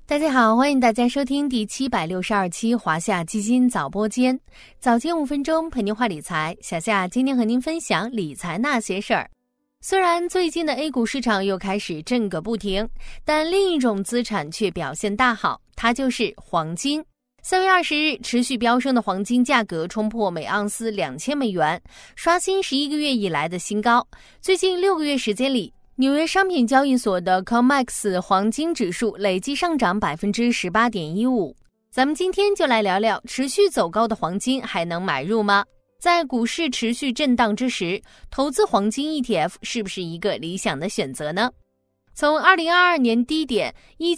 大家好，欢迎大家收听第762期华夏基金早播间，早间5分钟陪您话理财。小夏今天和您分享理财那些事儿。虽然最近的 A 股市场又开始震个不停，但另一种资产却表现大好，它就是黄金。3月20日，持续飙升的黄金价格冲破每盎司2000美元，刷新11个月以来的新高。最近6个月时间里，纽约商品交易所的 COMEX 黄金指数累计上涨 18.15%。咱们今天就来聊聊持续走高的黄金还能买入吗？在股市持续震荡之时，投资黄金 ETF 是不是一个理想的选择呢？从2022年低点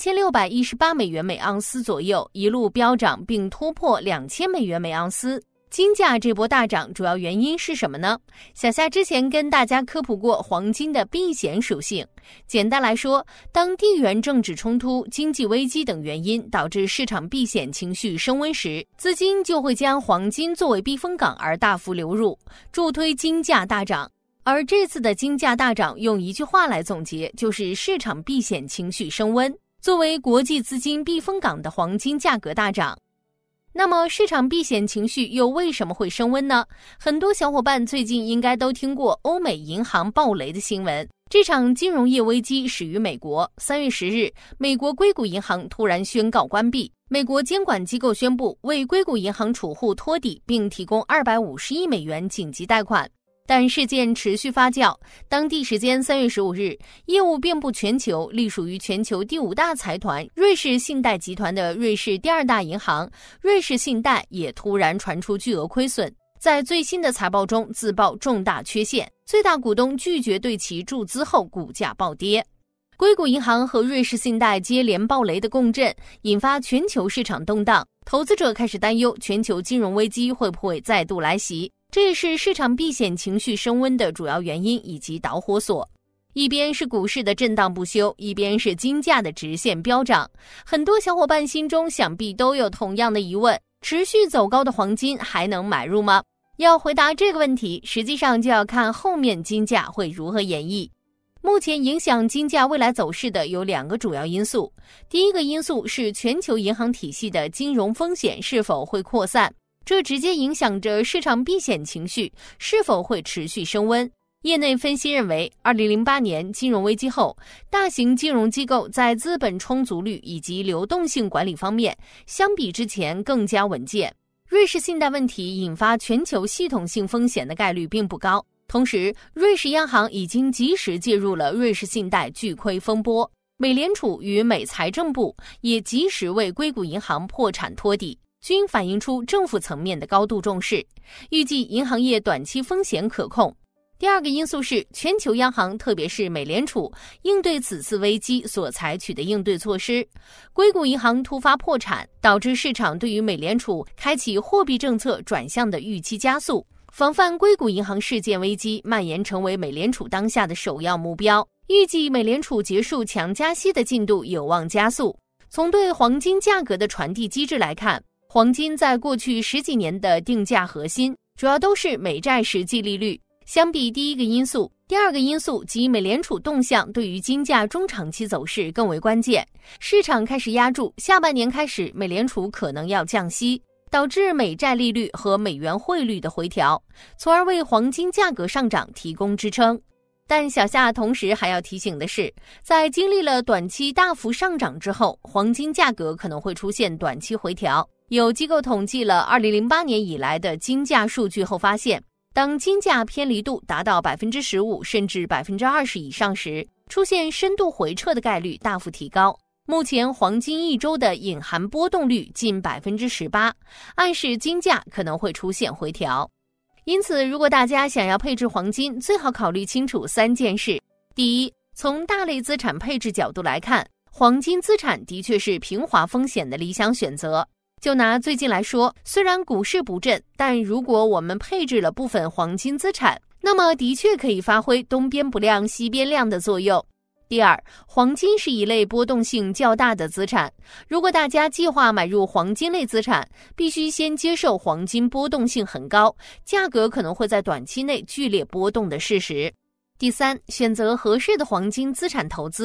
1618美元每盎司左右，一路飙涨并突破2000美元每盎司。金价这波大涨主要原因是什么呢？小夏之前跟大家科普过黄金的避险属性。简单来说，当地缘政治冲突、经济危机等原因导致市场避险情绪升温时，资金就会将黄金作为避风港而大幅流入，助推金价大涨。而这次的金价大涨，用一句话来总结，就是市场避险情绪升温。作为国际资金避风港的黄金价格大涨。那么市场避险情绪又为什么会升温呢？很多小伙伴最近应该都听过欧美银行暴雷的新闻。这场金融业危机始于美国。3月10日，美国硅谷银行突然宣告关闭。美国监管机构宣布为硅谷银行储户托底，并提供250亿美元紧急贷款。但事件持续发酵，当地时间3月15日，业务遍布全球，隶属于全球第5大财团瑞士信贷集团的瑞士第2大银行瑞士信贷也突然传出巨额亏损，在最新的财报中自曝重大缺陷，最大股东拒绝对其注资后，股价暴跌。硅谷银行和瑞士信贷接连暴雷的共振，引发全球市场动荡，投资者开始担忧全球金融危机会不会再度来袭。这也是市场避险情绪升温的主要原因以及导火索。一边是股市的震荡不休，一边是金价的直线飙涨。很多小伙伴心中想必都有同样的疑问：持续走高的黄金还能买入吗？要回答这个问题，实际上就要看后面金价会如何演绎。目前影响金价未来走势的有2个主要因素。第一个因素是全球银行体系的金融风险是否会扩散，这直接影响着市场避险情绪是否会持续升温。业内分析认为，2008年金融危机后，大型金融机构在资本充足率以及流动性管理方面相比之前更加稳健。瑞士信贷问题引发全球系统性风险的概率并不高，同时瑞士央行已经及时介入了瑞士信贷巨亏风波，美联储与美财政部也及时为硅谷银行破产托底，均反映出政府层面的高度重视，预计银行业短期风险可控。第二个因素是全球央行，特别是美联储应对此次危机所采取的应对措施。硅谷银行突发破产，导致市场对于美联储开启货币政策转向的预期加速，防范硅谷银行事件危机蔓延成为美联储当下的首要目标。预计美联储结束强加息的进度有望加速。从对黄金价格的传递机制来看，黄金在过去10几年的定价核心主要都是美债实际利率。相比第一个因素，第二个因素即美联储动向对于金价中长期走势更为关键。市场开始押注下半年开始美联储可能要降息，导致美债利率和美元汇率的回调，从而为黄金价格上涨提供支撑。但小夏同时还要提醒的是，在经历了短期大幅上涨之后，黄金价格可能会出现短期回调。有机构统计了2008年以来的金价数据后发现，当金价偏离度达到 15% 甚至 20% 以上时，出现深度回撤的概率大幅提高。目前黄金1周的隐含波动率近 18%， 暗示金价可能会出现回调。因此，如果大家想要配置黄金，最好考虑清楚3件事。第一，从大类资产配置角度来看，黄金资产的确是平滑风险的理想选择。就拿最近来说，虽然股市不振，但如果我们配置了部分黄金资产，那么的确可以发挥东边不亮西边亮的作用。第二，黄金是一类波动性较大的资产，如果大家计划买入黄金类资产，必须先接受黄金波动性很高，价格可能会在短期内剧烈波动的事实。第三，选择合适的黄金资产投资。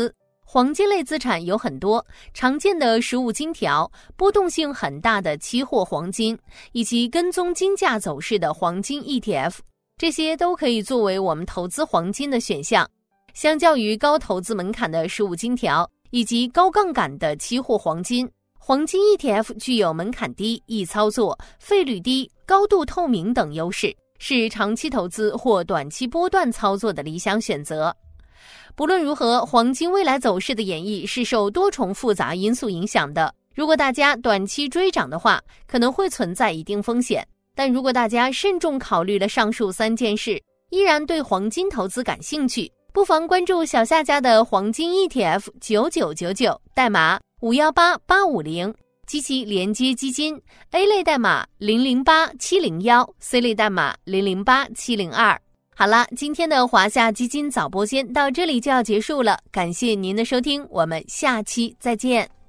黄金类资产有很多，常见的15金条、波动性很大的期货黄金，以及跟踪金价走势的黄金 ETF， 这些都可以作为我们投资黄金的选项。相较于高投资门槛的15金条以及高杠杆的期货黄金，黄金 ETF 具有门槛低、易操作、费率低、高度透明等优势，是长期投资或短期波段操作的理想选择。不论如何，黄金未来走势的演绎是受多重复杂因素影响的。如果大家短期追涨的话，可能会存在一定风险。但如果大家慎重考虑了上述3件事，依然对黄金投资感兴趣，不妨关注小夏家的黄金 ETF 9999，代码518850，及其连接基金 A 类代码008701， C 类代码008702。好了，今天的华夏基金早播间到这里就要结束了，感谢您的收听，我们下期再见。